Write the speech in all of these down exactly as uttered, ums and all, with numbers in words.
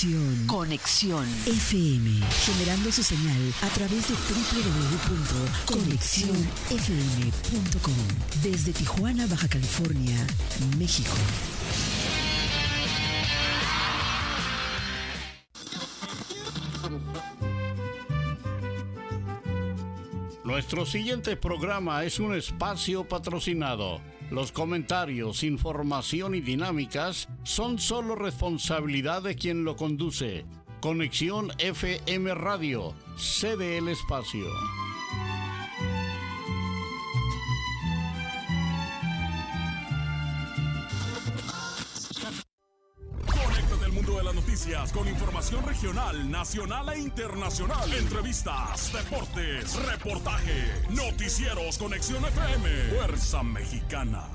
Conexión. Conexión F M. Generando su señal a través de doble u doble u doble u punto conexión f m punto com. Desde Tijuana, Baja California, México. Nuestro siguiente programa es un espacio patrocinado. Los comentarios, información y dinámicas son solo responsabilidad de quien lo conduce. Conexión F M Radio, cede el espacio. Conéctate al mundo de las noticias con información regional, nacional e internacional. Entrevistas, deportes, reportaje, noticieros. Conexión F M, Fuerza Mexicana.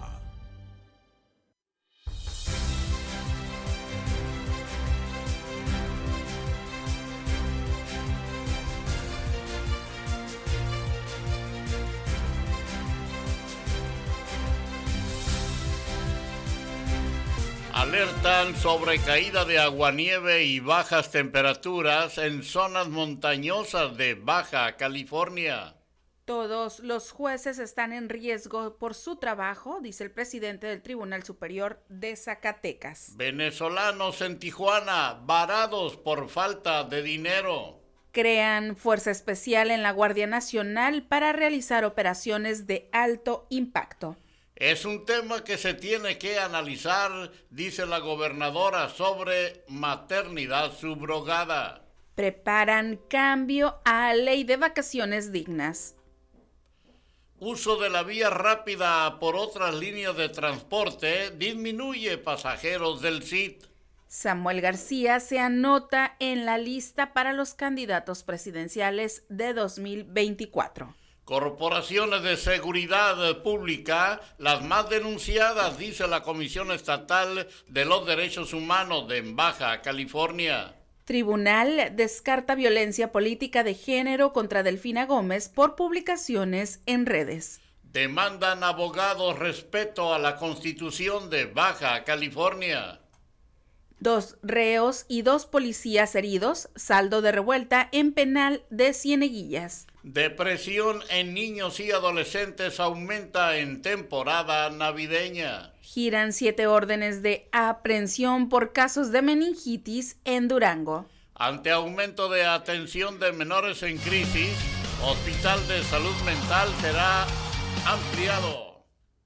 Alertan sobre caída de aguanieve y bajas temperaturas en zonas montañosas de Baja California. Todos los jueces están en riesgo por su trabajo, dice el presidente del Tribunal Superior de Zacatecas. Venezolanos en Tijuana, varados por falta de dinero. Crean fuerza especial en la Guardia Nacional para realizar operaciones de alto impacto. Es un tema que se tiene que analizar, dice la gobernadora, sobre maternidad subrogada. Preparan cambio a ley de vacaciones dignas. Uso de la vía rápida por otras líneas de transporte disminuye pasajeros del C I T. Samuel García se anota en la lista para los candidatos presidenciales de dos mil veinticuatro. Corporaciones de seguridad pública, las más denunciadas, dice la Comisión Estatal de los Derechos Humanos de Baja California. Tribunal descarta violencia política de género contra Delfina Gómez por publicaciones en redes. Demandan abogados respeto a la Constitución de Baja California. Dos reos y dos policías heridos, saldo de revuelta en penal de Cieneguillas. Depresión en niños y adolescentes aumenta en temporada navideña. Giran siete órdenes de aprehensión por casos de meningitis en Durango. Ante aumento de atención de menores en crisis, Hospital de Salud Mental será ampliado.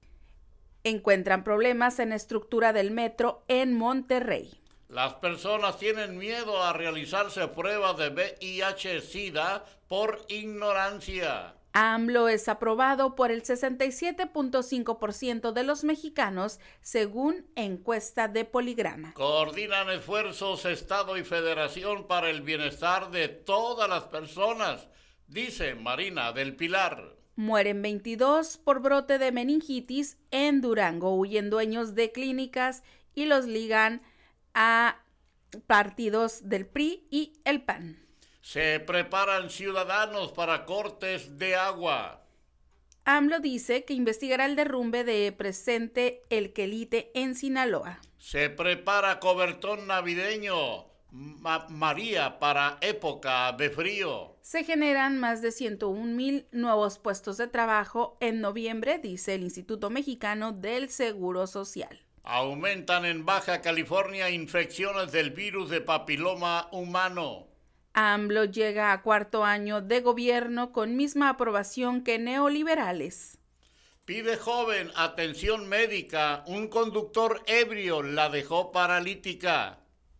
Encuentran problemas en estructura del metro en Monterrey. Las personas tienen miedo a realizarse pruebas de V I H-Sida por ignorancia. AMLO es aprobado por el sesenta y siete punto cinco por ciento de los mexicanos, según encuesta de Poligrama. Coordinan esfuerzos Estado y Federación para el bienestar de todas las personas, dice Marina del Pilar. Mueren veintidós por brote de meningitis en Durango. Huyen dueños de clínicas y los ligan a partidos del P R I y el P A N. Se preparan ciudadanos para cortes de agua. AMLO dice que investigará el derrumbe de Presente El Quelite en Sinaloa. Se prepara cobertón navideño, Ma- María, para época de frío. Se generan más de ciento un mil nuevos puestos de trabajo en noviembre, dice el Instituto Mexicano del Seguro Social. Aumentan en Baja California infecciones del virus de papiloma humano. AMLO llega a cuarto año de gobierno con misma aprobación que neoliberales. Pide joven atención médica. Un conductor ebrio la dejó paralítica.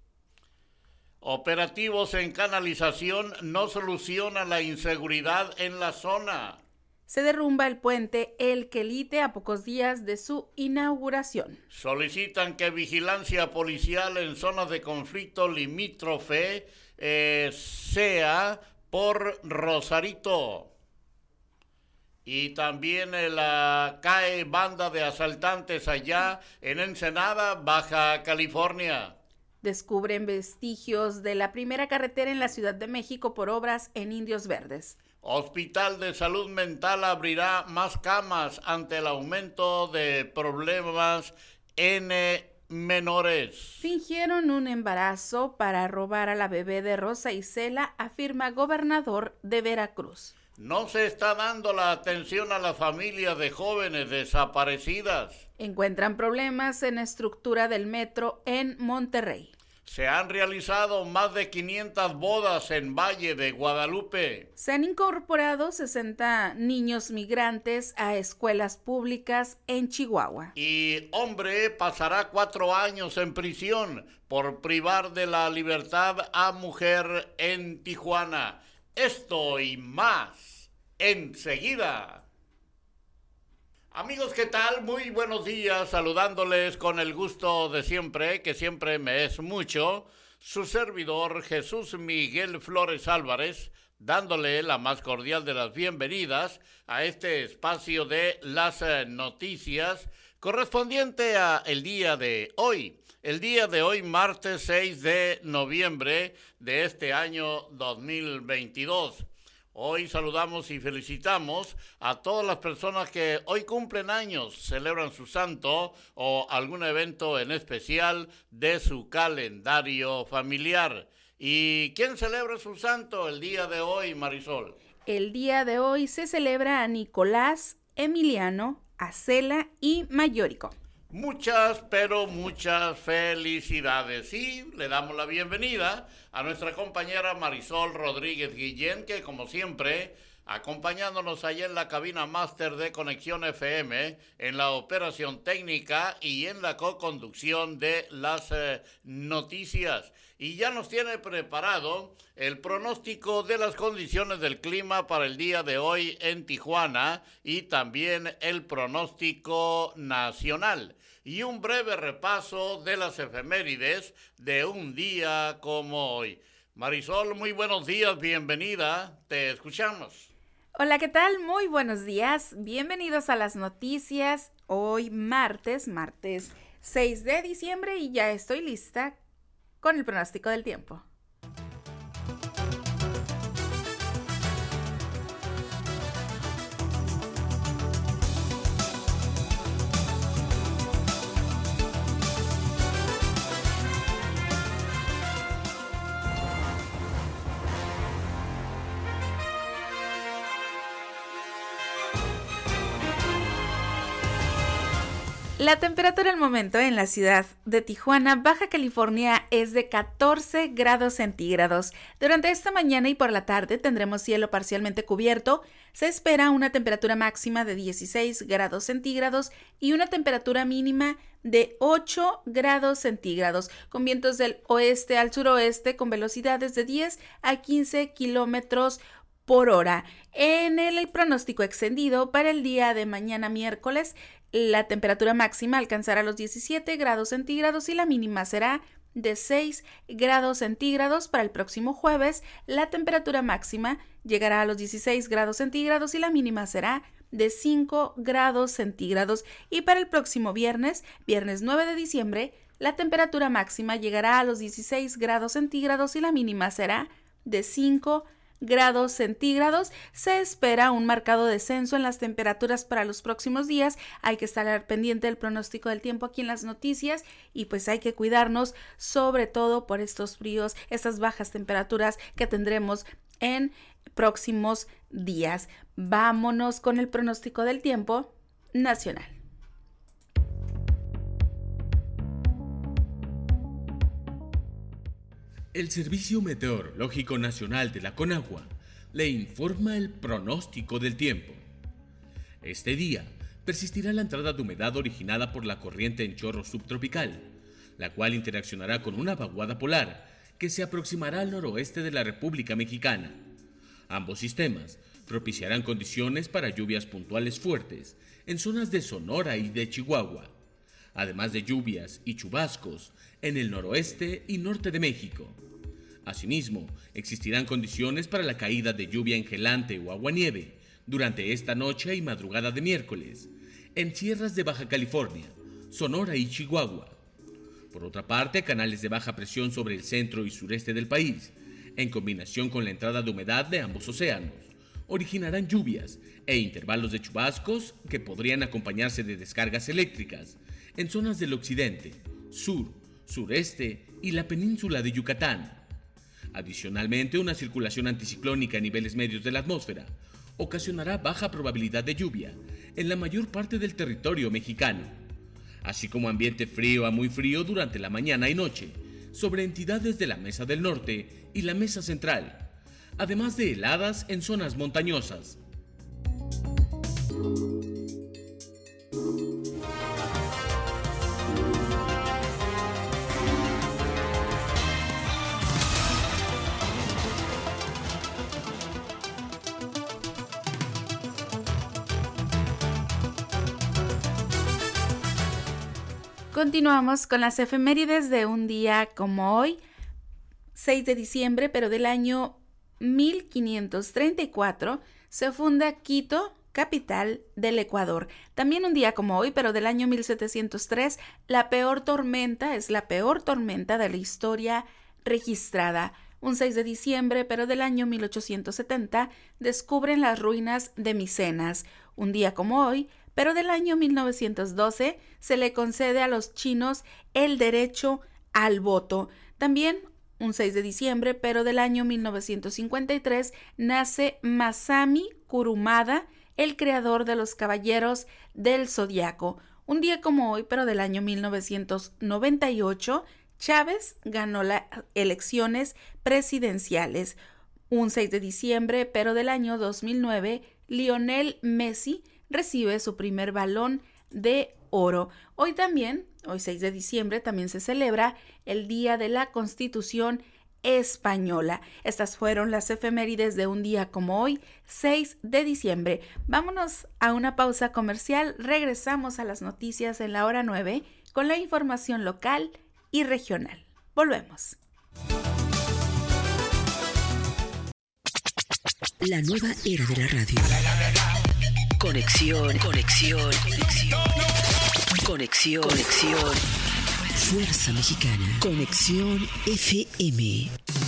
Operativos en canalización no solucionan la inseguridad en la zona. Se derrumba el puente El Quelite a pocos días de su inauguración. Solicitan que vigilancia policial en zonas de conflicto limítrofe eh, sea por Rosarito. Y también eh, la cae banda de asaltantes allá en Ensenada, Baja California. Descubren vestigios de la primera carretera en la Ciudad de México por obras en Indios Verdes. Hospital de Salud Mental abrirá más camas ante el aumento de problemas en eh, menores. Fingieron un embarazo para robar a la bebé de Rosa Isela, afirma gobernador de Veracruz. No se está dando la atención a las familias de jóvenes desaparecidas. Encuentran problemas en estructura del metro en Monterrey. Se han realizado más de quinientas bodas en Valle de Guadalupe. Se han incorporado sesenta niños migrantes a escuelas públicas en Chihuahua. Y hombre pasará cuatro años en prisión por privar de la libertad a mujer en Tijuana. Esto y más enseguida. Amigos, ¿qué tal? Muy buenos días, saludándoles con el gusto de siempre, que siempre me es mucho, su servidor Jesús Miguel Flores Álvarez, dándole la más cordial de las bienvenidas a este espacio de las eh, noticias correspondiente a el día de hoy. El día de hoy, martes seis de noviembre de este año dos mil veintidós. Hoy saludamos y felicitamos a todas las personas que hoy cumplen años, celebran su santo o algún evento en especial de su calendario familiar. ¿Y quién celebra su santo el día de hoy, Marisol? El día de hoy se celebra a Nicolás, Emiliano, Acela y Mayórico. Muchas, pero muchas felicidades. Y le damos la bienvenida a nuestra compañera Marisol Rodríguez Guillén, que como siempre, acompañándonos allá en la cabina máster de Conexión F M, en la operación técnica y en la co-conducción de las eh, noticias. Y ya nos tiene preparado el pronóstico de las condiciones del clima para el día de hoy en Tijuana y también el pronóstico nacional. Y un breve repaso de las efemérides de un día como hoy. Marisol, muy buenos días, bienvenida, te escuchamos. Hola, ¿qué tal? Muy buenos días, bienvenidos a las noticias. Hoy martes, martes seis de diciembre y ya estoy lista con el pronóstico del tiempo. La temperatura al momento en la ciudad de Tijuana, Baja California, es de catorce grados centígrados. Durante esta mañana y por la tarde tendremos cielo parcialmente cubierto. Se espera una temperatura máxima de dieciséis grados centígrados y una temperatura mínima de ocho grados centígrados, con vientos del oeste al suroeste con velocidades de diez a quince kilómetros por hora. En el pronóstico extendido para el día de mañana miércoles, la temperatura máxima alcanzará los diecisiete grados centígrados y la mínima será de seis grados centígrados. Para el próximo jueves, la temperatura máxima llegará a los dieciséis grados centígrados y la mínima será de cinco grados centígrados. Y para el próximo viernes, viernes nueve de diciembre, la temperatura máxima llegará a los dieciséis grados centígrados y la mínima será de cinco grados centígrados. Se espera un marcado descenso en las temperaturas para los próximos días. Hay que estar al pendiente del pronóstico del tiempo aquí en las noticias y pues hay que cuidarnos sobre todo por estos fríos, estas bajas temperaturas que tendremos en próximos días. Vámonos con el pronóstico del tiempo nacional. El Servicio Meteorológico Nacional de la Conagua le informa el pronóstico del tiempo. Este día persistirá la entrada de humedad originada por la corriente en chorro subtropical, la cual interaccionará con una vaguada polar que se aproximará al noroeste de la República Mexicana. Ambos sistemas propiciarán condiciones para lluvias puntuales fuertes en zonas de Sonora y de Chihuahua, además de lluvias y chubascos en el noroeste y norte de México. Asimismo, existirán condiciones para la caída de lluvia engelante o aguanieve durante esta noche y madrugada de miércoles en sierras de Baja California, Sonora y Chihuahua. Por otra parte, canales de baja presión sobre el centro y sureste del país, en combinación con la entrada de humedad de ambos océanos, originarán lluvias e intervalos de chubascos que podrían acompañarse de descargas eléctricas en zonas del occidente, sur, sureste y la península de Yucatán. Adicionalmente, una circulación anticiclónica a niveles medios de la atmósfera ocasionará baja probabilidad de lluvia en la mayor parte del territorio mexicano, así como ambiente frío a muy frío durante la mañana y noche sobre entidades de la Mesa del Norte y la Mesa Central, además de heladas en zonas montañosas. Continuamos con las efemérides de un día como hoy, seis de diciembre, pero del año mil quinientos treinta y cuatro, se funda Quito, capital del Ecuador. También un día como hoy, pero del año mil setecientos tres, la peor tormenta es la peor tormenta de la historia registrada. Un seis de diciembre, pero del año mil ochocientos setenta, descubren las ruinas de Micenas. Un día como hoy, pero del año mil novecientos doce, se le concede a los chinos el derecho al voto. También un seis de diciembre, pero del año mil novecientos cincuenta y tres, nace Masami Kurumada, el creador de los Caballeros del Zodiaco. Un día como hoy, pero del año mil novecientos noventa y ocho, Chávez ganó las elecciones presidenciales. Un seis de diciembre, pero del año dos mil nueve, Lionel Messi recibe su primer Balón de Oro. Hoy también, hoy seis de diciembre, también se celebra el Día de la Constitución Española. Estas fueron las efemérides de un día como hoy, seis de diciembre. Vámonos a una pausa comercial. Regresamos a las noticias en la hora nueve con la información local y regional. Volvemos. La nueva era de la radio. Conexión, conexión, conexión. Conexión, conexión. Fuerza Mexicana. Conexión F M.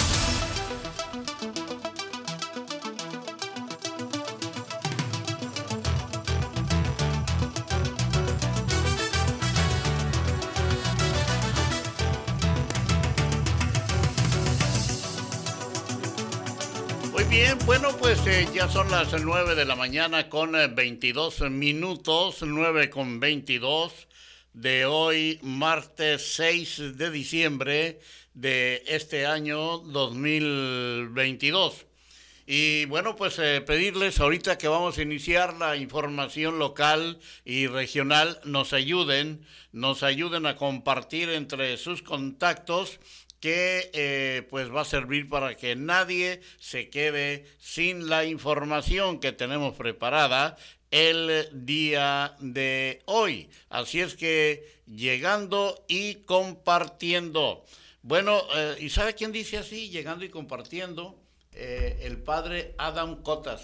Bien, bueno, pues eh, ya son las nueve de la mañana con eh, veintidós minutos, nueve con veintidós de hoy, martes seis de diciembre de este año dos mil veintidós. Y bueno, pues eh, pedirles ahorita que vamos a iniciar la información local y regional, nos ayuden, nos ayuden a compartir entre sus contactos, que eh, pues va a servir para que nadie se quede sin la información que tenemos preparada el día de hoy. Así es que llegando y compartiendo. Bueno, eh, ¿y sabe quién dice así? Llegando y compartiendo, eh, el padre Adam Cotas.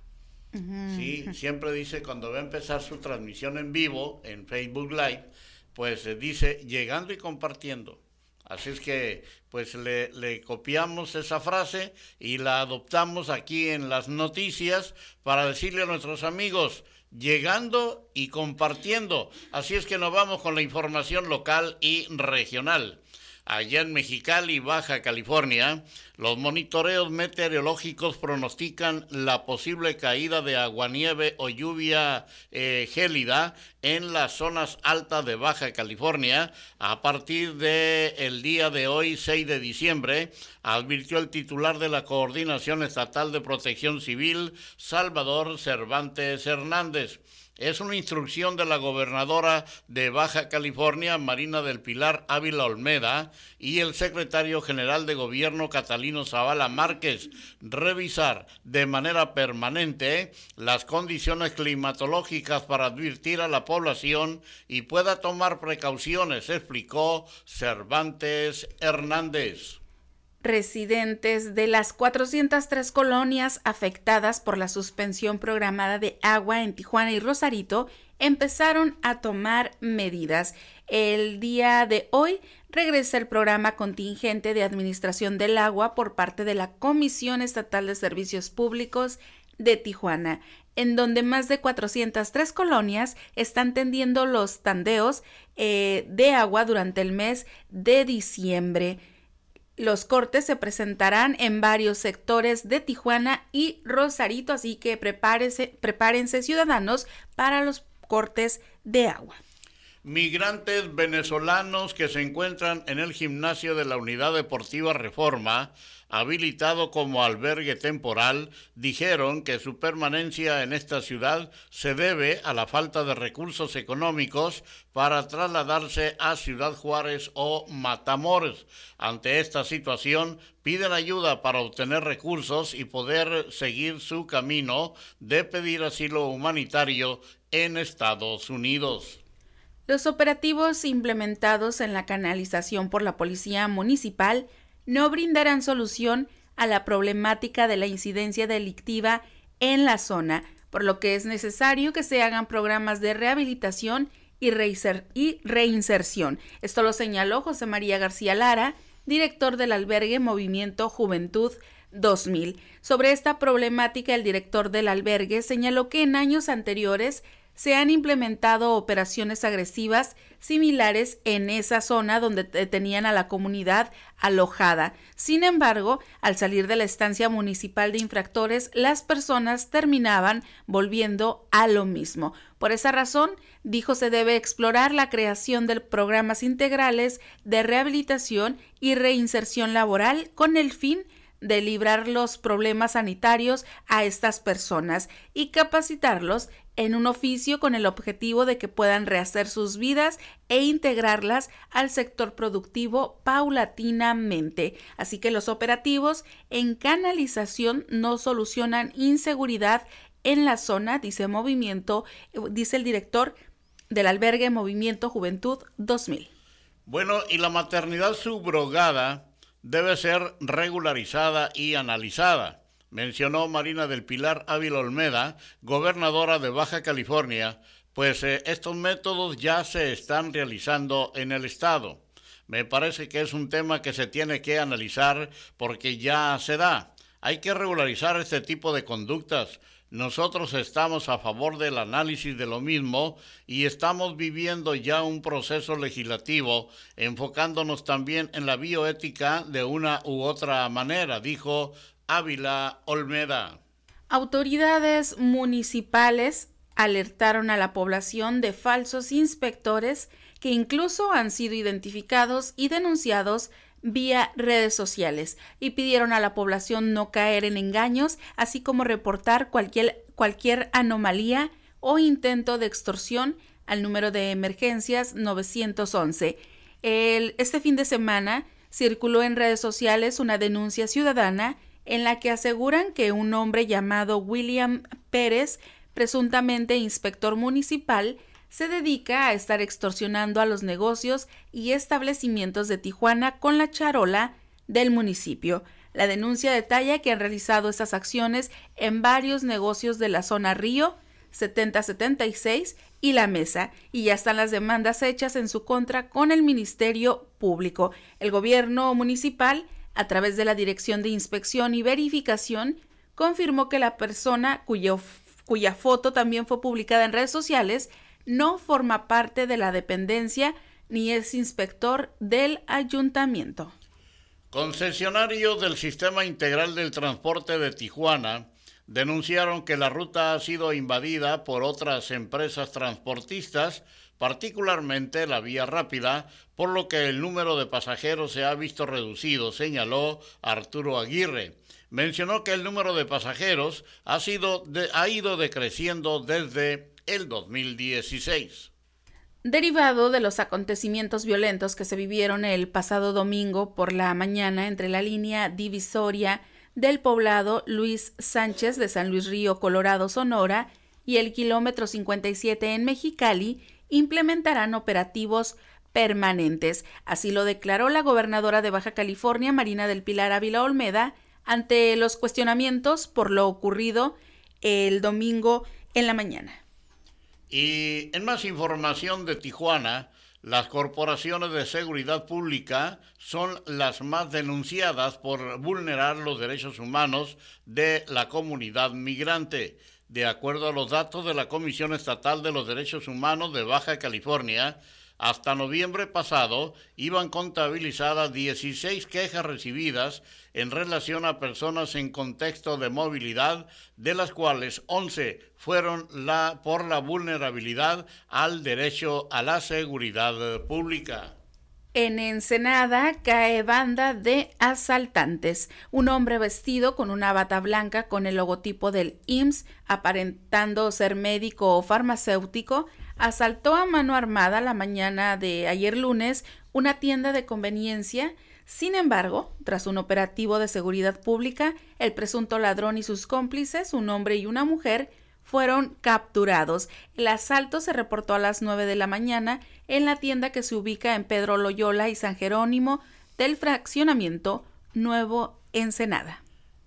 Uh-huh. Sí, siempre dice cuando va a empezar su transmisión en vivo en Facebook Live, pues eh, dice llegando y compartiendo. Así es que pues le, le copiamos esa frase y la adoptamos aquí en las noticias para decirle a nuestros amigos, llegando y compartiendo. Así es que nos vamos con la información local y regional. Allá en Mexicali, Baja California, los monitoreos meteorológicos pronostican la posible caída de aguanieve o lluvia eh, gélida en las zonas altas de Baja California a partir del día de hoy, seis de diciembre, advirtió el titular de la Coordinación Estatal de Protección Civil, Salvador Cervantes Hernández. Es una instrucción de la gobernadora de Baja California, Marina del Pilar Ávila Olmeda, y el secretario general de Gobierno, Catalino Zavala Márquez, revisar de manera permanente las condiciones climatológicas para advertir a la población y pueda tomar precauciones, explicó Cervantes Hernández. Residentes de las cuatrocientas tres colonias afectadas por la suspensión programada de agua en Tijuana y Rosarito empezaron a tomar medidas. El día de hoy regresa el programa contingente de administración del agua por parte de la Comisión Estatal de Servicios Públicos de Tijuana, en donde más de cuatrocientas tres colonias están tendiendo los tandeos eh, de agua durante el mes de diciembre. Los cortes se presentarán en varios sectores de Tijuana y Rosarito, así que prepárense, prepárense ciudadanos para los cortes de agua. Migrantes venezolanos que se encuentran en el gimnasio de la Unidad Deportiva Reforma, habilitado como albergue temporal, dijeron que su permanencia en esta ciudad se debe a la falta de recursos económicos para trasladarse a Ciudad Juárez o Matamoros. Ante esta situación, piden ayuda para obtener recursos y poder seguir su camino de pedir asilo humanitario en Estados Unidos. Los operativos implementados en la canalización por la Policía Municipal no brindarán solución a la problemática de la incidencia delictiva en la zona, por lo que es necesario que se hagan programas de rehabilitación y, reinser- y reinserción. Esto lo señaló José María García Lara, director del albergue Movimiento Juventud dos mil. Sobre esta problemática, el director del albergue señaló que en años anteriores se han implementado operaciones agresivas similares en esa zona donde tenían a la comunidad alojada. Sin embargo, al salir de la estancia municipal de infractores, las personas terminaban volviendo a lo mismo. Por esa razón, dijo, se debe explorar la creación de programas integrales de rehabilitación y reinserción laboral con el fin de librar los problemas sanitarios a estas personas y capacitarlos en un oficio con el objetivo de que puedan rehacer sus vidas e integrarlas al sector productivo paulatinamente. Así que los operativos en canalización no solucionan inseguridad en la zona, dice Movimiento, dice el director del albergue Movimiento Juventud dos mil. Bueno, y la maternidad subrogada debe ser regularizada y analizada, mencionó Marina del Pilar Ávila Olmeda, gobernadora de Baja California, pues eh, estos métodos ya se están realizando en el estado. Me parece que es un tema que se tiene que analizar porque ya se da. Hay que regularizar este tipo de conductas. Nosotros estamos a favor del análisis de lo mismo y estamos viviendo ya un proceso legislativo enfocándonos también en la bioética de una u otra manera, dijo Ávila Olmeda. Autoridades municipales alertaron a la población de falsos inspectores que incluso han sido identificados y denunciados vía redes sociales y pidieron a la población no caer en engaños, así como reportar cualquier, cualquier anomalía o intento de extorsión al número de emergencias nueve once. El, este fin de semana circuló en redes sociales una denuncia ciudadana en la que aseguran que un hombre llamado William Pérez, presuntamente inspector municipal, se dedica a estar extorsionando a los negocios y establecimientos de Tijuana con la charola del municipio. La denuncia detalla que han realizado estas acciones en varios negocios de la zona Río, setenta setenta y seis y La Mesa, y ya están las demandas hechas en su contra con el Ministerio Público. El gobierno municipal, a través de la Dirección de Inspección y Verificación, confirmó que la persona cuyo, cuya foto también fue publicada en redes sociales no forma parte de la dependencia ni es inspector del ayuntamiento. Concesionarios del Sistema Integral del Transporte de Tijuana denunciaron que la ruta ha sido invadida por otras empresas transportistas, particularmente la Vía Rápida, por lo que el número de pasajeros se ha visto reducido, señaló Arturo Aguirre. Mencionó que el número de pasajeros ha, sido de, ha ido decreciendo desde el dos mil dieciséis. Derivado de los acontecimientos violentos que se vivieron el pasado domingo por la mañana entre la línea divisoria del poblado Luis Sánchez de San Luis Río, Colorado, Sonora, y el kilómetro cincuenta y siete en Mexicali, implementarán operativos permanentes. Así lo declaró la gobernadora de Baja California, Marina del Pilar Ávila Olmeda, ante los cuestionamientos por lo ocurrido el domingo en la mañana. Y en más información de Tijuana, Las corporaciones de seguridad pública son las más denunciadas por vulnerar los derechos humanos de la comunidad migrante. De acuerdo a los datos de la Comisión Estatal de los Derechos Humanos de Baja California, hasta noviembre pasado iban contabilizadas dieciséis quejas recibidas en relación a personas en contexto de movilidad, de las cuales once fueron la, por la vulnerabilidad al derecho a la seguridad pública. En Ensenada cae banda de asaltantes. Un hombre vestido con una bata blanca con el logotipo del I M S S, aparentando ser médico o farmacéutico, asaltó a mano armada la mañana de ayer lunes una tienda de conveniencia. Sin embargo, tras un operativo de seguridad pública, el presunto ladrón y sus cómplices, un hombre y una mujer, fueron capturados. El asalto se reportó a las nueve de la mañana en la tienda que se ubica en Pedro Loyola y San Jerónimo del fraccionamiento Nuevo Ensenada.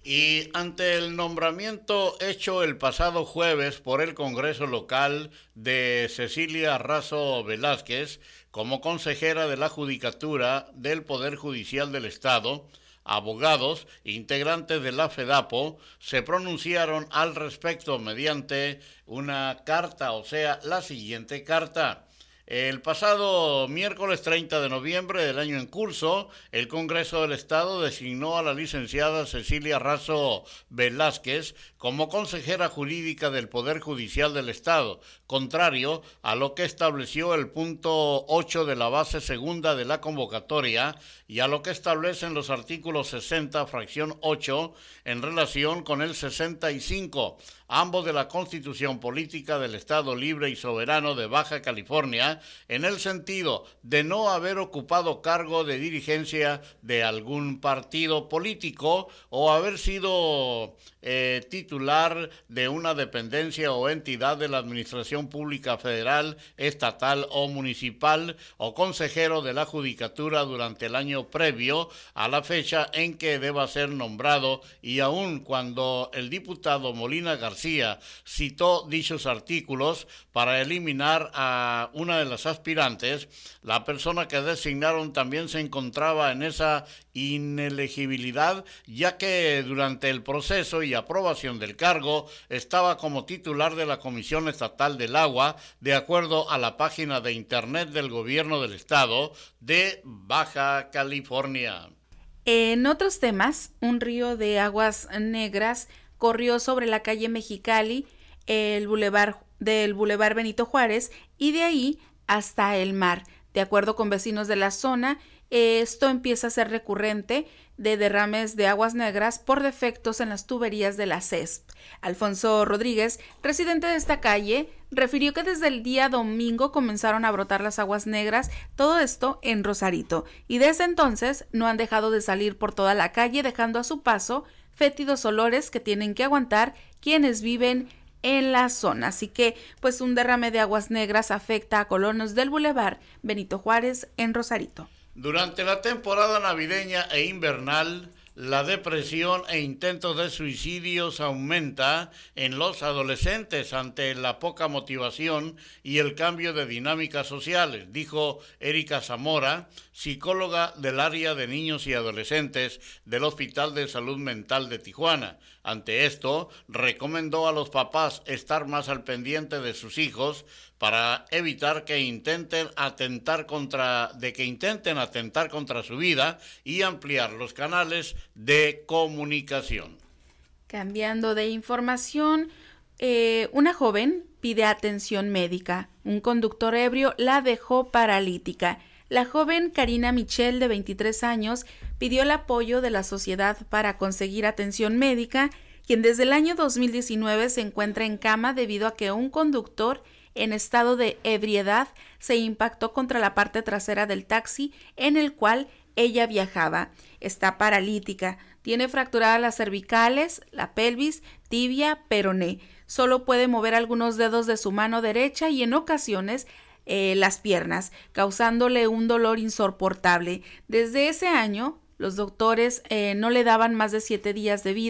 Y ante el nombramiento hecho el pasado jueves por el Congreso local de Cecilia Razo Velázquez como consejera de la Judicatura del Poder Judicial del Estado, abogados integrantes de la FEDAPO se pronunciaron al respecto mediante una carta, o sea, la siguiente carta. El pasado miércoles treinta de noviembre del año en curso, el Congreso del Estado designó a la licenciada Cecilia Razo Velázquez como consejera jurídica del Poder Judicial del Estado, contrario a lo que estableció el punto ocho de la base segunda de la convocatoria y a lo que establecen los artículos sesenta, fracción ocho, en relación con el sesenta y cinco, ambos de la Constitución Política del Estado Libre y Soberano de Baja California, en el sentido de no haber ocupado cargo de dirigencia de algún partido político o haber sido eh, titular de una dependencia o entidad de la Administración Pública Federal, estatal o municipal, o consejero de la Judicatura durante el año previo a la fecha en que deba ser nombrado, y aun cuando el diputado Molina García citó dichos artículos para eliminar a una de las aspirantes, la persona que designaron también se encontraba en esa inelegibilidad, ya que durante el proceso y aprobación del cargo estaba como titular de la Comisión Estatal del Agua, de acuerdo a la página de internet del Gobierno del Estado de Baja California. En otros temas, un río de aguas negras corrió sobre la calle Mexicali, el bulevar del Boulevard Benito Juárez, y de ahí hasta el mar. De acuerdo con vecinos de la zona, esto empieza a ser recurrente de derrames de aguas negras por defectos en las tuberías de la C E S P. Alfonso Rodríguez, residente de esta calle, refirió que desde el día domingo comenzaron a brotar las aguas negras, todo esto en Rosarito, y desde entonces no han dejado de salir por toda la calle, dejando a su paso fétidos olores que tienen que aguantar quienes viven en la zona. Así que, pues, un derrame de aguas negras afecta a colonos del Boulevard Benito Juárez en Rosarito. Durante la temporada navideña e invernal, la depresión e intentos de suicidios aumenta en los adolescentes ante la poca motivación y el cambio de dinámicas sociales, dijo Erika Zamora, psicóloga del área de niños y adolescentes del Hospital de Salud Mental de Tijuana. Ante esto, recomendó a los papás estar más al pendiente de sus hijos para evitar que intenten atentar contra, de que intenten atentar contra su vida y ampliar los canales de comunicación. Cambiando de información, eh, una joven pide atención médica. Un conductor ebrio la dejó paralítica. La joven Karina Michel, de veintitrés años, pidió el apoyo de la sociedad para conseguir atención médica, quien desde el año dos mil diecinueve se encuentra en cama debido a que un conductor en estado de ebriedad se impactó contra la parte trasera del taxi en el cual ella viajaba. Está paralítica, tiene fracturadas las cervicales, la pelvis, tibia, peroné. Solo puede mover algunos dedos de su mano derecha y en ocasiones eh, las piernas, causándole un dolor insoportable. Desde ese año, los doctores eh, no le daban más de siete días de vida,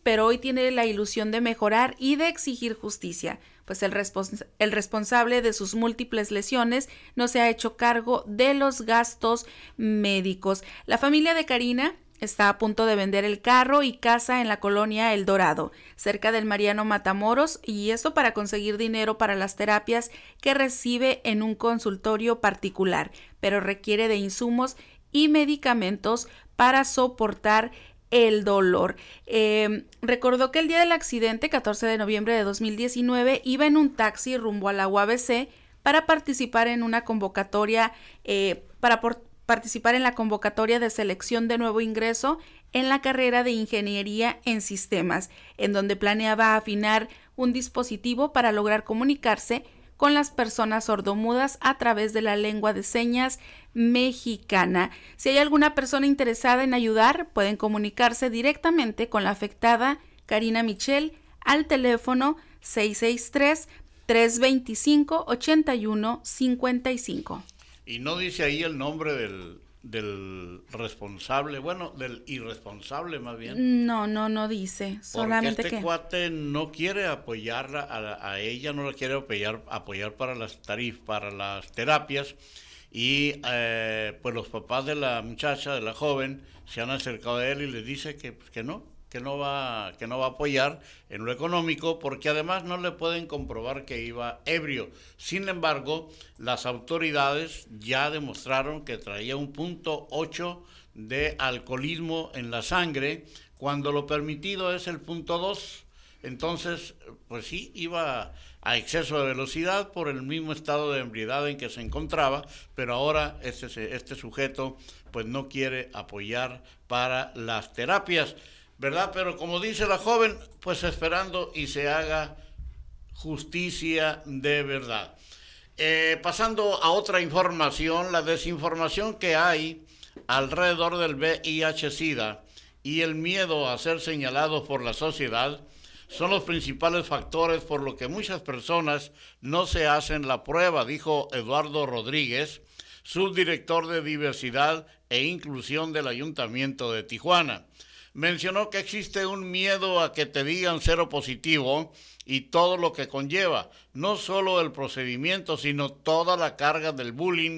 pero hoy tiene la ilusión de mejorar y de exigir justicia, pues el, respons- el responsable de sus múltiples lesiones no se ha hecho cargo de los gastos médicos. La familia de Karina está a punto de vender el carro y casa en la colonia El Dorado, cerca del Mariano Matamoros, y esto para conseguir dinero para las terapias que recibe en un consultorio particular, pero requiere de insumos y medicamentos para soportar el dolor. Eh, recordó que el día del accidente, catorce de noviembre de dos mil diecinueve, iba en un taxi rumbo a la U A B C para participar en una convocatoria, eh, para por, participar en la convocatoria de selección de nuevo ingreso en la carrera de Ingeniería en Sistemas, en donde planeaba afinar un dispositivo para lograr comunicarse con las personas sordomudas a través de la lengua de señas mexicana. Si hay alguna persona interesada en ayudar, pueden comunicarse directamente con la afectada Karina Michel al teléfono seis seis tres, tres dos cinco, ocho uno cinco cinco. Y no dice ahí el nombre del, del responsable, bueno, del irresponsable más bien. No, no, no dice, solamente porque este que... cuate no quiere apoyarla, a, a ella no la quiere apoyar, apoyar para las tarifas, para las terapias, y eh, pues los papás de la muchacha, de la joven, se han acercado a él y le dice que, pues, que no, que no va, que no va a apoyar en lo económico, porque además no le pueden comprobar que iba ebrio. Sin embargo, las autoridades ya demostraron que traía un punto ocho de alcoholismo en la sangre, cuando lo permitido es el punto dos. Entonces, pues sí, iba a exceso de velocidad por el mismo estado de ebriedad en que se encontraba, pero ahora este, este sujeto pues no quiere apoyar para las terapias, ¿verdad? Pero como dice la joven, pues esperando y se haga justicia de verdad. Eh, pasando a otra información, la desinformación que hay alrededor del V I H SIDA y el miedo a ser señalados por la sociedad son los principales factores por lo que muchas personas no se hacen la prueba, dijo Eduardo Rodríguez, subdirector de Diversidad e Inclusión del Ayuntamiento de Tijuana. Mencionó que existe un miedo a que te digan cero positivo y todo lo que conlleva, no solo el procedimiento, sino toda la carga del bullying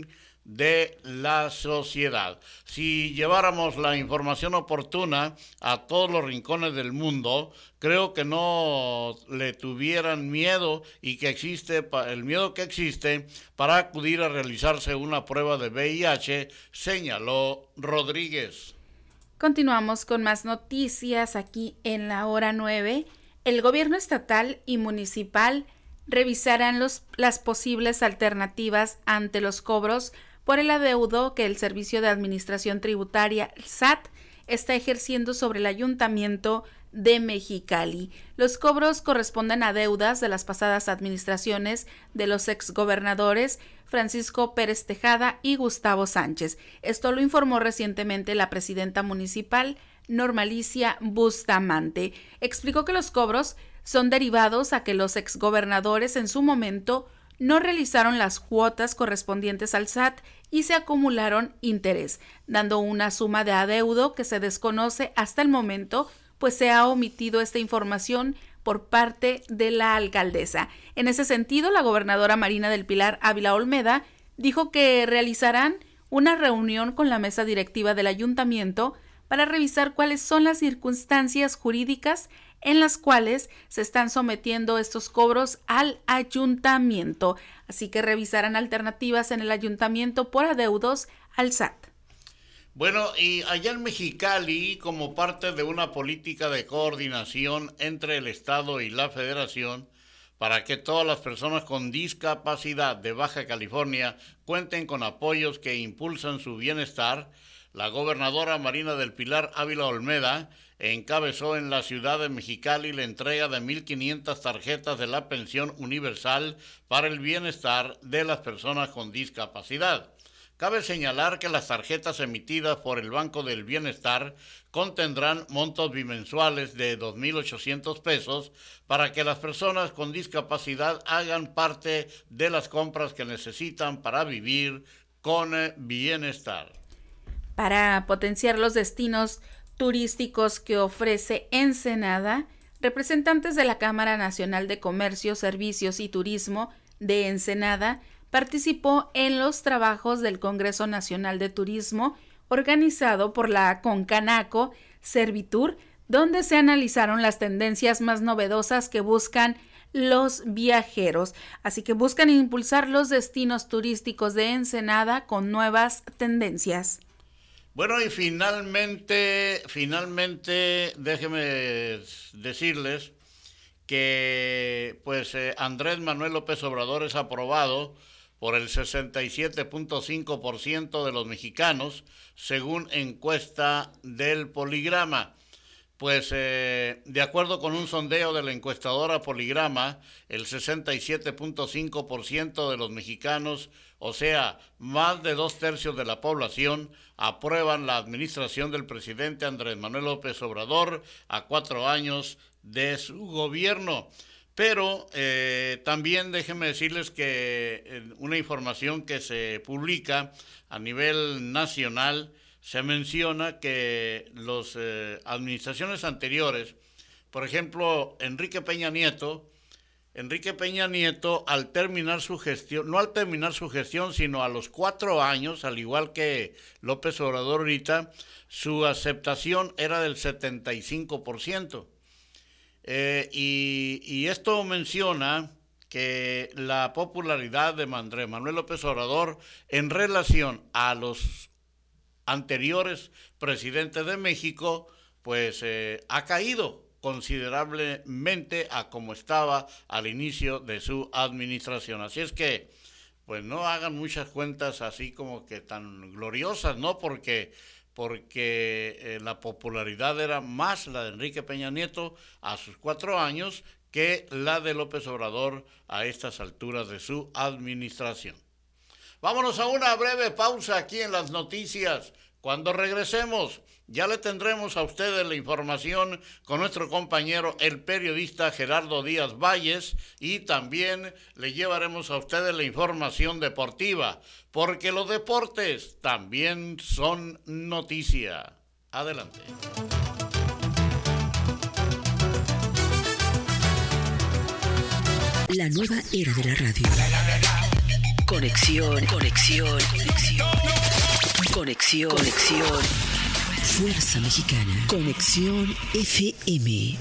de la sociedad. Si lleváramos la información oportuna a todos los rincones del mundo, creo que no le tuvieran miedo y que existe el miedo que existe para acudir a realizarse una prueba de V I H, señaló Rodríguez. Continuamos con más noticias aquí en la hora nueve. El gobierno estatal y municipal revisarán los, las posibles alternativas ante los cobros por el adeudo que el Servicio de Administración Tributaria, el S A T, está ejerciendo sobre el Ayuntamiento de Mexicali. Los cobros corresponden a deudas de las pasadas administraciones de los exgobernadores Francisco Pérez Tejada y Gustavo Sánchez. Esto lo informó recientemente la presidenta municipal, Norma Alicia Bustamante. Explicó que los cobros son derivados a que los exgobernadores en su momento no realizaron las cuotas correspondientes al S A T y se acumularon interés, dando una suma de adeudo que se desconoce hasta el momento, pues se ha omitido esta información por parte de la alcaldesa. En ese sentido, la gobernadora Marina del Pilar Ávila Olmeda dijo que realizarán una reunión con la mesa directiva del ayuntamiento para revisar cuáles son las circunstancias jurídicas en las cuales se están sometiendo estos cobros al ayuntamiento. Así que revisarán alternativas en el ayuntamiento por adeudos al S A T. Bueno, y allá en Mexicali, como parte de una política de coordinación entre el Estado y la Federación, para que todas las personas con discapacidad de Baja California cuenten con apoyos que impulsan su bienestar, la gobernadora Marina del Pilar Ávila Olmeda encabezó en la ciudad de Mexicali la entrega de mil quinientas tarjetas de la pensión universal para el bienestar de las personas con discapacidad. Cabe señalar que las tarjetas emitidas por el Banco del Bienestar contendrán montos bimensuales de dos mil ochocientos pesos para que las personas con discapacidad hagan parte de las compras que necesitan para vivir con bienestar. Para potenciar los destinos turísticos que ofrece Ensenada, representantes de la Cámara Nacional de Comercio, Servicios y Turismo de Ensenada participó en los trabajos del Congreso Nacional de Turismo organizado por la Concanaco Servitur, donde se analizaron las tendencias más novedosas que buscan los viajeros. Así que buscan impulsar los destinos turísticos de Ensenada con nuevas tendencias. Bueno, y finalmente, finalmente, déjenme decirles que pues eh, Andrés Manuel López Obrador es aprobado por el sesenta y siete punto cinco por ciento de los mexicanos, según encuesta del Poligrama. Pues eh, de acuerdo con un sondeo de la encuestadora Poligrama, el sesenta y siete punto cinco por ciento de los mexicanos, o sea, más de dos tercios de la población, aprueban la administración del presidente Andrés Manuel López Obrador a cuatro años de su gobierno. Pero eh, también déjenme decirles que eh, una información que se publica a nivel nacional, se menciona que las eh, administraciones anteriores, por ejemplo, Enrique Peña Nieto, Enrique Peña Nieto al terminar su gestión, no al terminar su gestión, sino a los cuatro años, al igual que López Obrador ahorita, su aceptación era del setenta y cinco por ciento. Eh, y, y esto menciona que la popularidad de Andrés Manuel López Obrador en relación a los anteriores presidentes de México, pues eh, ha caído considerablemente a como estaba al inicio de su administración. Así es que, pues no hagan muchas cuentas así como que tan gloriosas, ¿no? Porque, porque eh, la popularidad era más la de Enrique Peña Nieto a sus cuatro años que la de López Obrador a estas alturas de su administración. Vámonos a una breve pausa aquí en las noticias. Cuando regresemos, ya le tendremos a ustedes la información con nuestro compañero, el periodista Gerardo Díaz Valles, y también le llevaremos a ustedes la información deportiva, porque los deportes también son noticia. Adelante. La nueva era de la radio. Conexión, conexión, conexión. Conexión, conexión. Fuerza Mexicana. Conexión F M.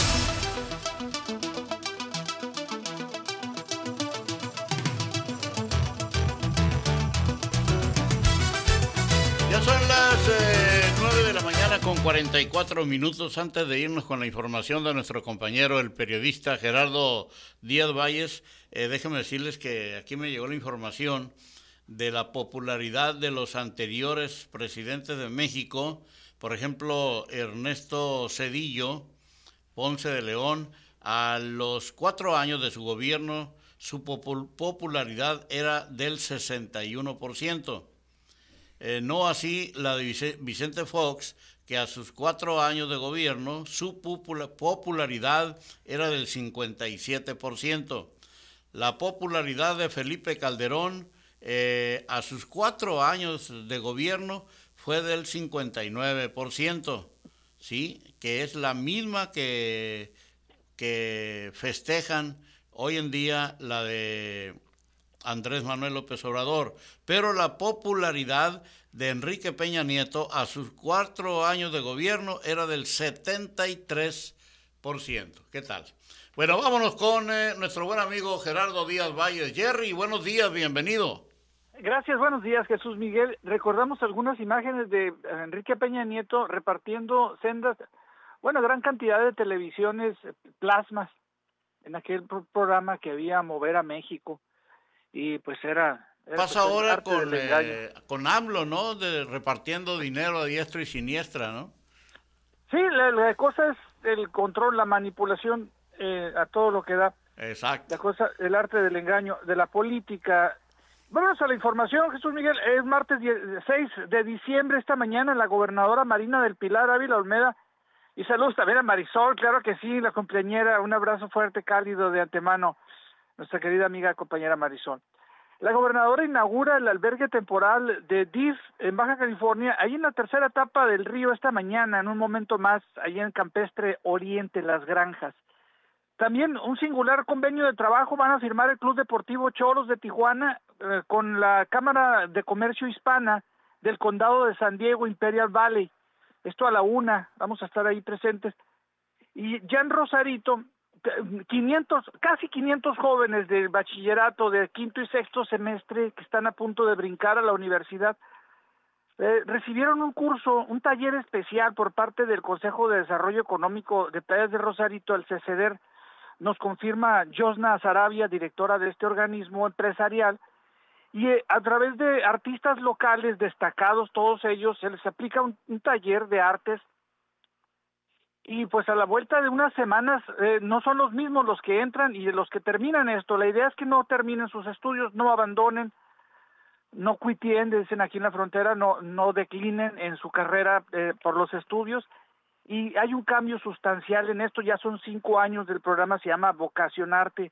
Ya son las eh, nueve de la mañana con cuarenta y cuatro minutos. Antes de irnos con la información de nuestro compañero, el periodista Gerardo Díaz Valles, eh, déjenme decirles que aquí me llegó la información de la popularidad de los anteriores presidentes de México. Por ejemplo, Ernesto Zedillo Ponce de León, a los cuatro años de su gobierno, su popul- popularidad era del sesenta y uno por ciento. Eh, no así la de Vicente Fox, que a sus cuatro años de gobierno, su popula- popularidad era del cincuenta y siete por ciento. La popularidad de Felipe Calderón, Eh, a sus cuatro años de gobierno, fue del cincuenta y nueve por ciento, ¿sí? Que es la misma que, que festejan hoy en día la de Andrés Manuel López Obrador. Pero la popularidad de Enrique Peña Nieto a sus cuatro años de gobierno era del setenta y tres por ciento. ¿Qué tal? Bueno, vámonos con eh, nuestro buen amigo Gerardo Díaz Valles. Jerry, buenos días, bienvenido. Gracias, buenos días, Jesús Miguel. Recordamos algunas imágenes de Enrique Peña Nieto repartiendo sendas, bueno, gran cantidad de televisiones, plasmas, en aquel pro- programa que había Mover a México, y pues era... era Pasa pues, ahora arte con, del engaño. eh, con AMLO, ¿no? De, repartiendo dinero a diestra y siniestra, ¿no? Sí, la, la cosa es el control, la manipulación eh, a todo lo que da. Exacto. La cosa, el arte del engaño, de la política. Vámonos a la información, Jesús Miguel. Es martes seis de diciembre. Esta mañana la gobernadora Marina del Pilar Ávila Olmeda, y saludos también a Marisol, claro que sí, la cumpleañera. Un abrazo fuerte, cálido de antemano, nuestra querida amiga compañera Marisol. La gobernadora inaugura el albergue temporal de D I F en Baja California, ahí en la tercera etapa del río esta mañana, en un momento más, ahí en Campestre Oriente, Las Granjas. También un singular convenio de trabajo van a firmar el Club Deportivo Cholos de Tijuana eh, con la Cámara de Comercio Hispana del Condado de San Diego, Imperial Valley. Esto a la una, vamos a estar ahí presentes. Y ya en Rosarito, quinientos, casi quinientos jóvenes del bachillerato de quinto y sexto semestre que están a punto de brincar a la universidad, eh, recibieron un curso, un taller especial por parte del Consejo de Desarrollo Económico de Playas de Rosarito, el CECEDER. Nos confirma Josna Sarabia, directora de este organismo empresarial, y eh, a través de artistas locales destacados, todos ellos, se les aplica un, un taller de artes, y pues a la vuelta de unas semanas eh, no son los mismos los que entran y los que terminan esto. La idea es que no terminen sus estudios, no abandonen, no cuitien, dicen aquí en la frontera, no, no declinen en su carrera eh, por los estudios. Y hay un cambio sustancial en esto, ya son cinco años del programa, se llama Vocacionarte,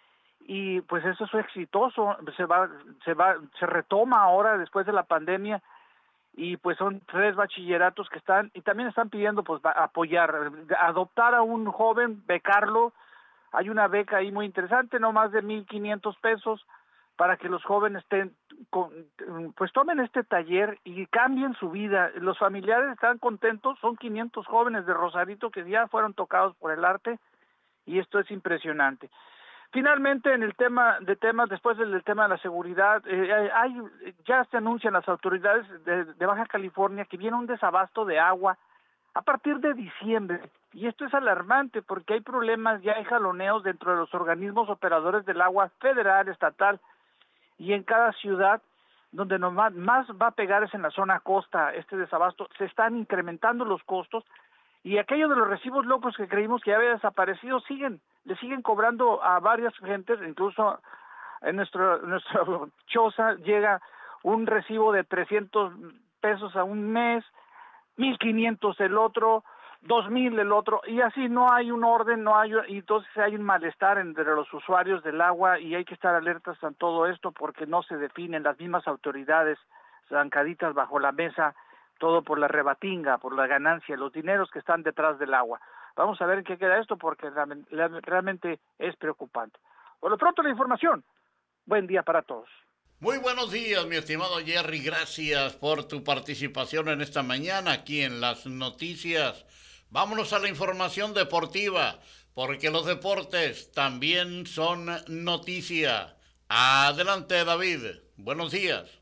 y pues eso es exitoso, se va, se va, se retoma ahora después de la pandemia, y pues son tres bachilleratos que están, y también están pidiendo pues apoyar, adoptar a un joven, becarlo. Hay una beca ahí muy interesante, no más de mil quinientos pesos, para que los jóvenes estén con, pues tomen este taller y cambien su vida. Los familiares están contentos, son quinientos jóvenes de Rosarito que ya fueron tocados por el arte, y esto es impresionante. Finalmente, en el tema de temas, después del, del tema de la seguridad, eh, hay, ya se anuncian las autoridades de, de Baja California que viene un desabasto de agua a partir de diciembre, y esto es alarmante porque hay problemas, ya hay jaloneos dentro de los organismos operadores del agua federal, estatal, y en cada ciudad donde nomás, más va a pegar es en la zona costa este desabasto. Se están incrementando los costos, y aquellos de los recibos locos que creímos que ya había desaparecido siguen, le siguen cobrando a varias gentes, incluso en nuestro, nuestra choza llega un recibo de trescientos pesos a un mes, mil quinientos el otro, dos mil el otro, y así no hay un orden, no hay, y entonces hay un malestar entre los usuarios del agua, y hay que estar alertas a todo esto porque no se definen las mismas autoridades zancaditas bajo la mesa, todo por la rebatinga, por la ganancia, los dineros que están detrás del agua. Vamos a ver en qué queda esto porque realmente es preocupante. Por lo pronto la información. Buen día para todos. Muy buenos días, mi estimado Jerry. Gracias por tu participación en esta mañana aquí en las noticias. Vámonos a la información deportiva, porque los deportes también son noticia. Adelante, David. Buenos días.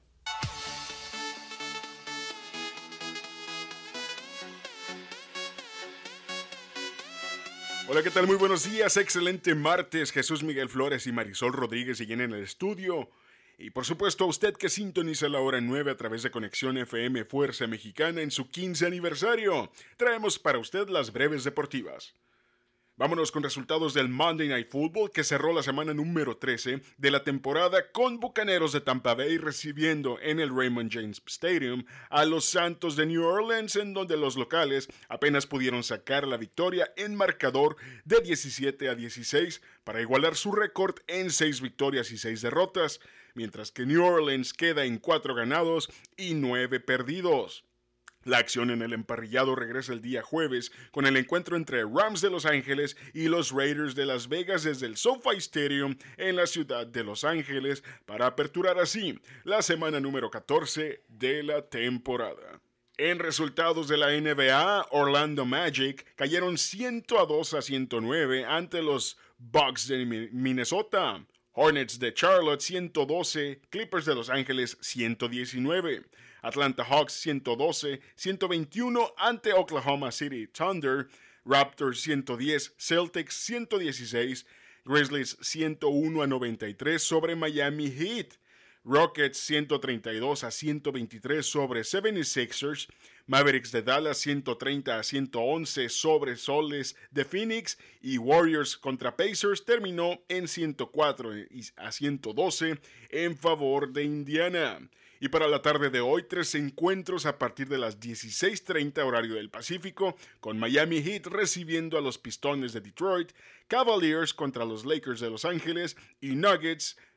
Hola, ¿qué tal? Muy buenos días, excelente martes. Jesús Miguel Flores y Marisol Rodríguez siguen en el estudio. Y por supuesto a usted que sintoniza la hora nueve a través de Conexión F M Fuerza Mexicana en su quince aniversario. Traemos para usted las breves deportivas. Vámonos con resultados del Monday Night Football, que cerró la semana número trece de la temporada con Bucaneros de Tampa Bay recibiendo en el Raymond James Stadium a los Santos de New Orleans, en donde los locales apenas pudieron sacar la victoria en marcador de diecisiete a dieciséis para igualar su récord en seis victorias y seis derrotas, mientras que New Orleans queda en cuatro ganados y nueve perdidos. La acción en el emparrillado regresa el día jueves con el encuentro entre Rams de Los Ángeles y los Raiders de Las Vegas desde el SoFi Stadium en la ciudad de Los Ángeles para aperturar así la semana número catorce de la temporada. En resultados de la N B A, Orlando Magic cayeron ciento dos a ciento nueve ante los Bucks de Minnesota. Hornets de Charlotte ciento doce, Clippers de Los Ángeles ciento diecinueve. Atlanta Hawks ciento doce, ciento veintiuno ante Oklahoma City Thunder, Raptors ciento diez, Celtics ciento dieciséis, Grizzlies ciento uno a noventa y tres sobre Miami Heat, Rockets ciento treinta y dos a ciento veintitrés sobre setenta y seis ers, Mavericks de Dallas ciento treinta a ciento once sobre Soles de Phoenix y Warriors contra Pacers terminó en ciento cuatro a ciento doce en favor de Indiana. Y para la tarde de hoy, tres encuentros a partir de las dieciséis treinta horario del Pacífico, con Miami Heat recibiendo a los Pistones de Detroit, Cavaliers contra los Lakers de Los Ángeles y Nuggets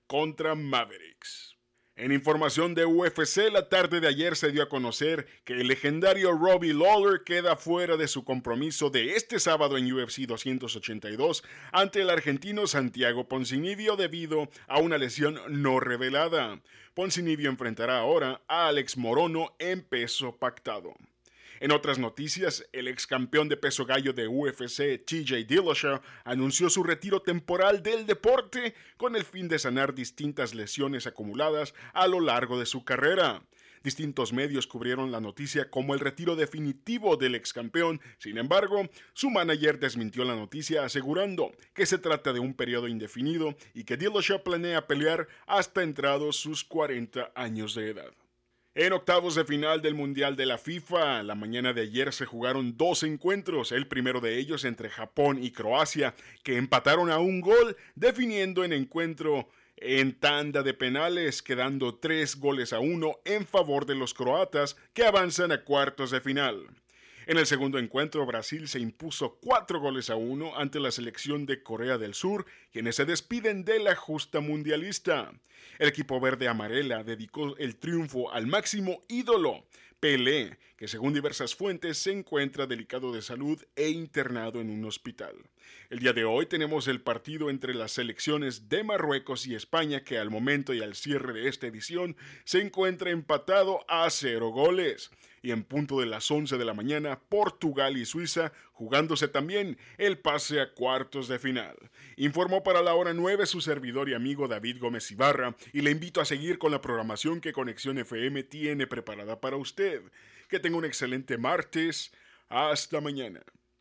contra Mavericks. En información de U F C, la tarde de ayer se dio a conocer que el legendario Robbie Lawler queda fuera de su compromiso de este sábado en U F C doscientos ochenta y dos ante el argentino Santiago Ponzinibbio debido a una lesión no revelada. Ponzinibbio enfrentará ahora a Alex Morono en peso pactado. En otras noticias, el ex campeón de peso gallo de U F C, T J Dillashaw, anunció su retiro temporal del deporte con el fin de sanar distintas lesiones acumuladas a lo largo de su carrera. Distintos medios cubrieron la noticia como el retiro definitivo del ex campeón. Sin embargo, su manager desmintió la noticia asegurando que se trata de un periodo indefinido y que Dillashaw planea pelear hasta entrados sus cuarenta años de edad. En octavos de final del Mundial de la FIFA, la mañana de ayer se jugaron dos encuentros, el primero de ellos entre Japón y Croacia, que empataron a un gol, definiendo el encuentro en tanda de penales, quedando tres goles a uno en favor de los croatas, que avanzan a cuartos de final. En el segundo encuentro, Brasil se impuso cuatro goles a uno ante la selección de Corea del Sur, quienes se despiden de la justa mundialista. El equipo verde-amarela dedicó el triunfo al máximo ídolo, Pelé, que según diversas fuentes se encuentra delicado de salud e internado en un hospital. El día de hoy tenemos el partido entre las selecciones de Marruecos y España, que al momento y al cierre de esta edición se encuentra empatado a cero goles. Y en punto de las once de la mañana, Portugal y Suiza jugándose también el pase a cuartos de final. Informó para la hora nueve su servidor y amigo David Gómez Ibarra, y le invito a seguir con la programación que Conexión F M tiene preparada para usted. Que tenga un excelente martes. Hasta mañana.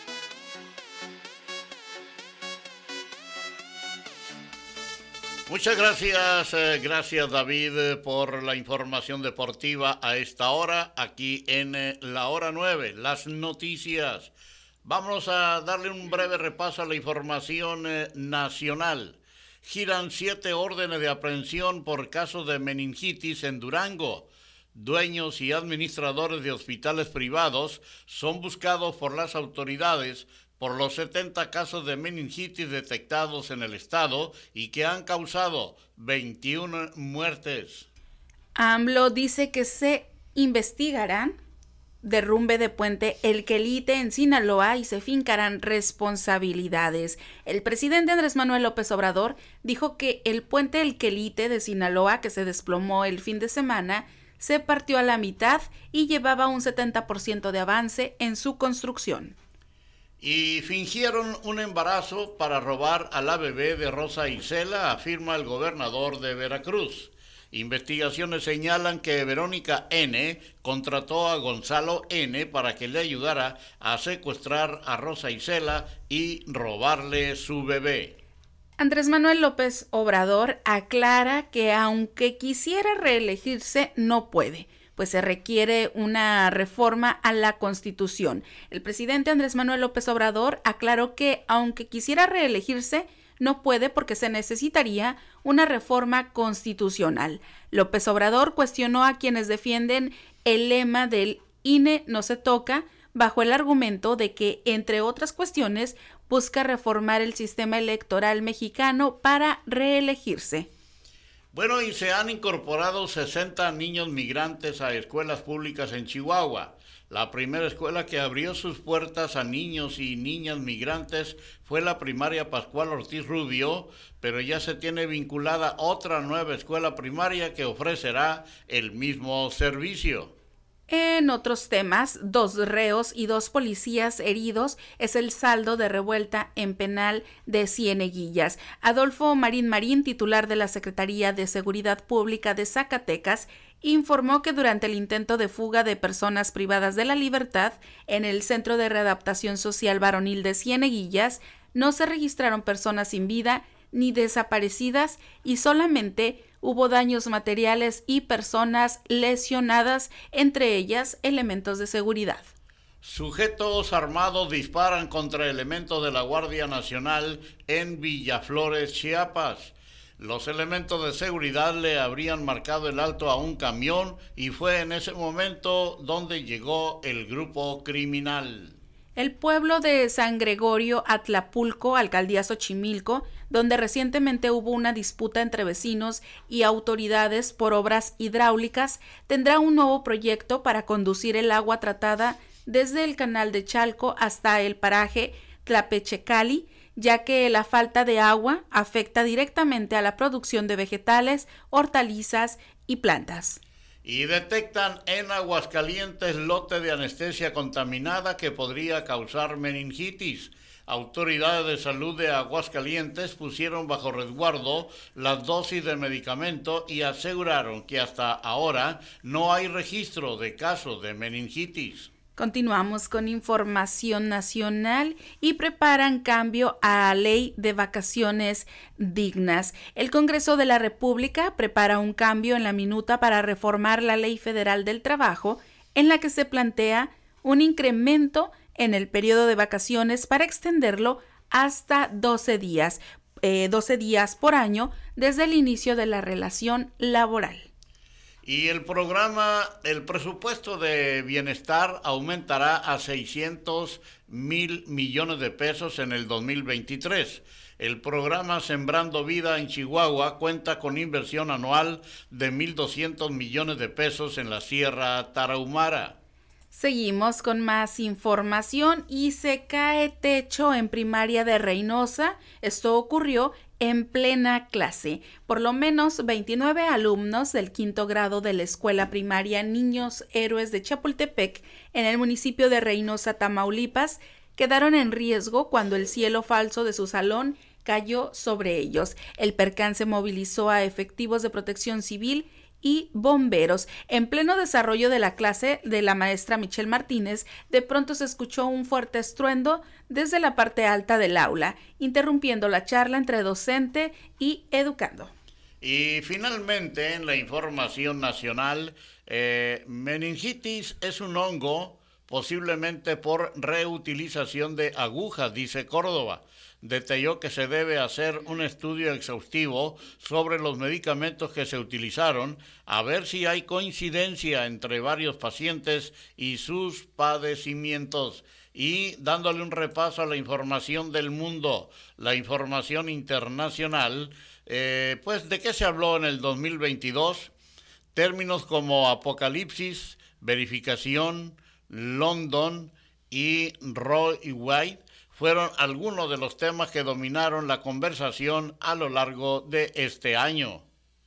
Muchas gracias, eh, gracias David eh, por la información deportiva a esta hora, aquí en eh, la hora nueve, las noticias. Vamos a darle un breve repaso a la información eh, nacional. Giran siete órdenes de aprehensión por casos de meningitis en Durango. Dueños y administradores de hospitales privados son buscados por las autoridades por los setenta casos de meningitis detectados en el estado y que han causado veintiuna muertes. AMLO dice que se investigarán derrumbe de puente El Quelite en Sinaloa y se fincarán responsabilidades. El presidente Andrés Manuel López Obrador dijo que el puente El Quelite de Sinaloa, que se desplomó el fin de semana, se partió a la mitad y llevaba un setenta por ciento de avance en su construcción. Y fingieron un embarazo para robar a la bebé de Rosa Isela, afirma el gobernador de Veracruz. Investigaciones señalan que Verónica N. contrató a Gonzalo N. para que le ayudara a secuestrar a Rosa Isela y robarle su bebé. Andrés Manuel López Obrador aclara que aunque quisiera reelegirse, no puede, pues se requiere una reforma a la Constitución. El presidente Andrés Manuel López Obrador aclaró que aunque quisiera reelegirse, no puede porque se necesitaría una reforma constitucional. López Obrador cuestionó a quienes defienden el lema del I N E no se toca, bajo el argumento de que, entre otras cuestiones, busca reformar el sistema electoral mexicano para reelegirse. Bueno, y se han incorporado sesenta niños migrantes a escuelas públicas en Chihuahua. La primera escuela que abrió sus puertas a niños y niñas migrantes fue la primaria Pascual Ortiz Rubio, pero ya se tiene vinculada otra nueva escuela primaria que ofrecerá el mismo servicio. En otros temas, dos reos y dos policías heridos es el saldo de revuelta en penal de Cieneguillas. Adolfo Marín Marín, titular de la Secretaría de Seguridad Pública de Zacatecas, informó que durante el intento de fuga de personas privadas de la libertad en el Centro de Readaptación Social Varonil de Cieneguillas, no se registraron personas sin vida ni desaparecidas y solamente hubo daños materiales y personas lesionadas, entre ellas elementos de seguridad. Sujetos armados disparan contra elementos de la Guardia Nacional en Villaflores, Chiapas. Los elementos de seguridad le habrían marcado el alto a un camión y fue en ese momento donde llegó el grupo criminal. El pueblo de San Gregorio Atlapulco, alcaldía Xochimilco, donde recientemente hubo una disputa entre vecinos y autoridades por obras hidráulicas, tendrá un nuevo proyecto para conducir el agua tratada desde el canal de Chalco hasta el paraje Tlapechecali, ya que la falta de agua afecta directamente a la producción de vegetales, hortalizas y plantas. Y detectan en Aguascalientes lote de anestesia contaminada que podría causar meningitis. Autoridades de salud de Aguascalientes pusieron bajo resguardo las dosis de medicamento y aseguraron que hasta ahora no hay registro de casos de meningitis. Continuamos con información nacional y preparan cambio a ley de vacaciones dignas. El Congreso de la República prepara un cambio en la minuta para reformar la Ley Federal del Trabajo, en la que se plantea un incremento en el periodo de vacaciones para extenderlo hasta doce días, eh, doce días por año desde el inicio de la relación laboral. Y el programa, el presupuesto de bienestar aumentará a seiscientos mil millones de pesos en el dos mil veintitrés. El programa Sembrando Vida en Chihuahua cuenta con inversión anual de mil doscientos millones de pesos en la Sierra Tarahumara. Seguimos con más información y se cae techo en primaria de Reynosa. Esto ocurrió en plena clase. Por lo menos veintinueve alumnos del quinto grado de la escuela primaria Niños Héroes de Chapultepec, en el municipio de Reynosa, Tamaulipas, quedaron en riesgo cuando el cielo falso de su salón cayó sobre ellos. El percance movilizó a efectivos de protección civil y bomberos. En pleno desarrollo de la clase de la maestra Michelle Martínez, de pronto se escuchó un fuerte estruendo desde la parte alta del aula, interrumpiendo la charla entre docente y educando. Y finalmente, en la información nacional, eh, meningitis es un hongo, posiblemente por reutilización de agujas, dice Córdoba. Detalló que se debe hacer un estudio exhaustivo sobre los medicamentos que se utilizaron, a ver si hay coincidencia entre varios pacientes y sus padecimientos. Y dándole un repaso a la información del mundo, la información internacional, eh, pues ¿de qué se habló en el dos mil veintidós? Términos como apocalipsis, verificación, London y Roe y Wade fueron algunos de los temas que dominaron la conversación a lo largo de este año.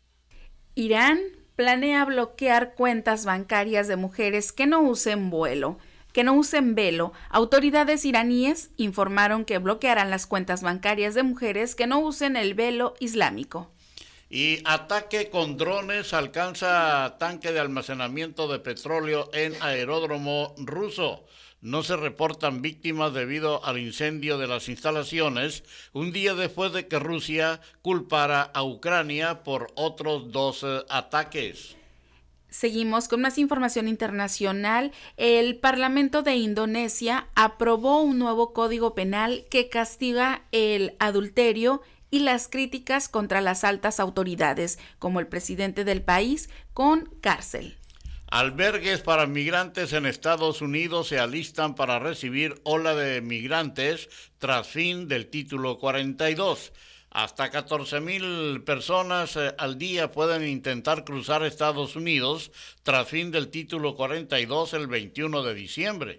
Irán planea bloquear cuentas bancarias de mujeres que no usen vuelo, que no usen velo. Autoridades iraníes informaron que bloquearán las cuentas bancarias de mujeres que no usen el velo islámico. Y ataque con drones alcanza tanque de almacenamiento de petróleo en aeródromo ruso. No se reportan víctimas debido al incendio de las instalaciones, un día después de que Rusia culpara a Ucrania por otros dos eh, ataques. Seguimos con más información internacional. El Parlamento de Indonesia aprobó un nuevo código penal que castiga el adulterio y las críticas contra las altas autoridades, como el presidente del país, con cárcel. Albergues para migrantes en Estados Unidos se alistan para recibir ola de migrantes tras fin del título cuarenta y dos. Hasta catorce mil personas eh, al día pueden intentar cruzar Estados Unidos tras fin del título cuarenta y dos el veintiuno de diciembre.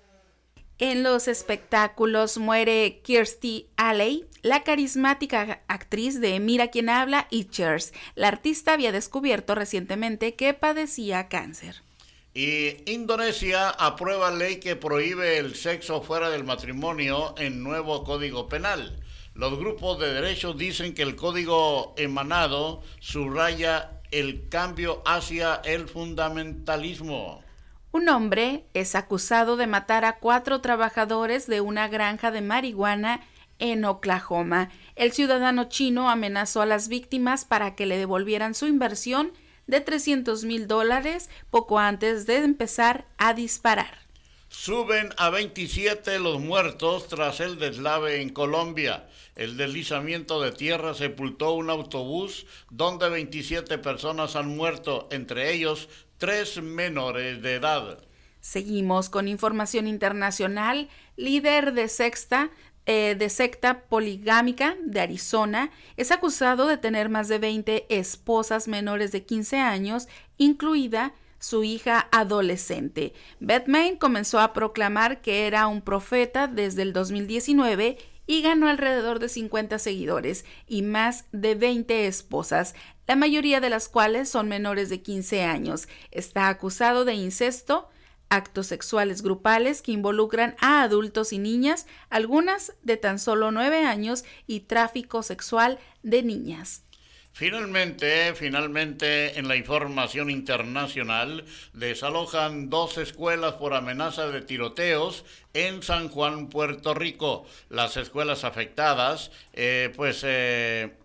En los espectáculos muere Kirstie Alley, la carismática actriz de Mira quién habla y Cheers. La artista había descubierto recientemente que padecía cáncer. Y Indonesia aprueba ley que prohíbe el sexo fuera del matrimonio en nuevo Código Penal. Los grupos de derechos dicen que el código emanado subraya el cambio hacia el fundamentalismo. Un hombre es acusado de matar a cuatro trabajadores de una granja de marihuana en Oklahoma. El ciudadano chino amenazó a las víctimas para que le devolvieran su inversión de trescientos mil dólares poco antes de empezar a disparar. Suben a veintisiete los muertos tras el deslave en Colombia. El deslizamiento de tierra sepultó un autobús donde veintisiete personas han muerto, entre ellos tres menores de edad. Seguimos con información internacional. Líder de sexta eh, de secta poligámica de Arizona es acusado de tener más de veinte esposas menores de quince años, incluida su hija adolescente. Beth Main comenzó a proclamar que era un profeta desde el dos mil diecinueve y ganó alrededor de cincuenta seguidores y más de veinte esposas, la mayoría de las cuales son menores de quince años. Está acusado de incesto, actos sexuales grupales que involucran a adultos y niñas, algunas de tan solo nueve años, y tráfico sexual de niñas. Finalmente, finalmente, en la información internacional, desalojan dos escuelas por amenaza de tiroteos en San Juan, Puerto Rico. Las escuelas afectadas, eh, pues... Eh,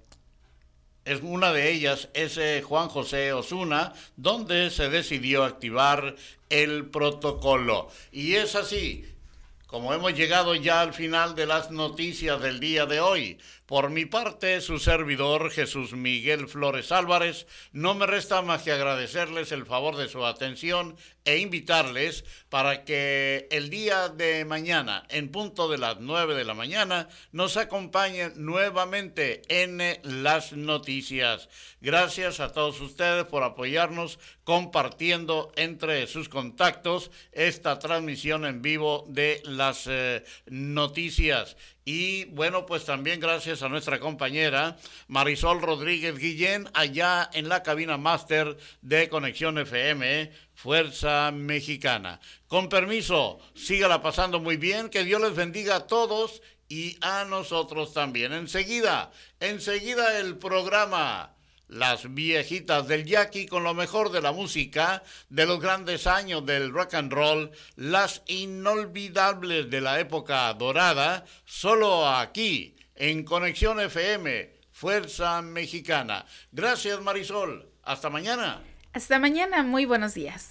Es una de ellas es eh, Juan José Osuna, donde se decidió activar el protocolo. Y es así, como hemos llegado ya al final de las noticias del día de hoy. Por mi parte, su servidor Jesús Miguel Flores Álvarez, no me resta más que agradecerles el favor de su atención e invitarles para que el día de mañana, en punto de las nueve de la mañana, nos acompañen nuevamente en las noticias. Gracias a todos ustedes por apoyarnos compartiendo entre sus contactos esta transmisión en vivo de las eh, noticias. Y bueno, pues también gracias a nuestra compañera Marisol Rodríguez Guillén, allá en la cabina máster de Conexión F M, Fuerza Mexicana. Con permiso, sígala pasando muy bien, que Dios les bendiga a todos y a nosotros también. Enseguida, enseguida el programa Las Viejitas del Jackie, con lo mejor de la música, de los grandes años del rock and roll, las inolvidables de la época dorada, solo aquí, en Conexión F M, Fuerza Mexicana. Gracias, Marisol. Hasta mañana. Hasta mañana. Muy buenos días.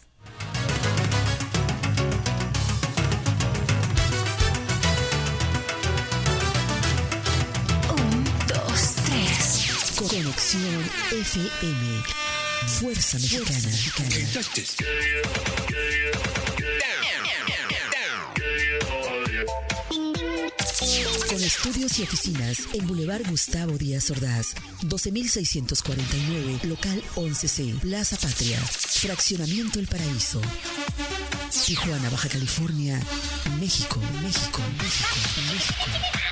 Conexión F M, Fuerza Mexicana. Con estudios y oficinas en Boulevard Gustavo Díaz Ordaz, doce mil seiscientos cuarenta y nueve, local once C, Plaza Patria, Fraccionamiento El Paraíso. Tijuana, Baja California, México, México, México, México.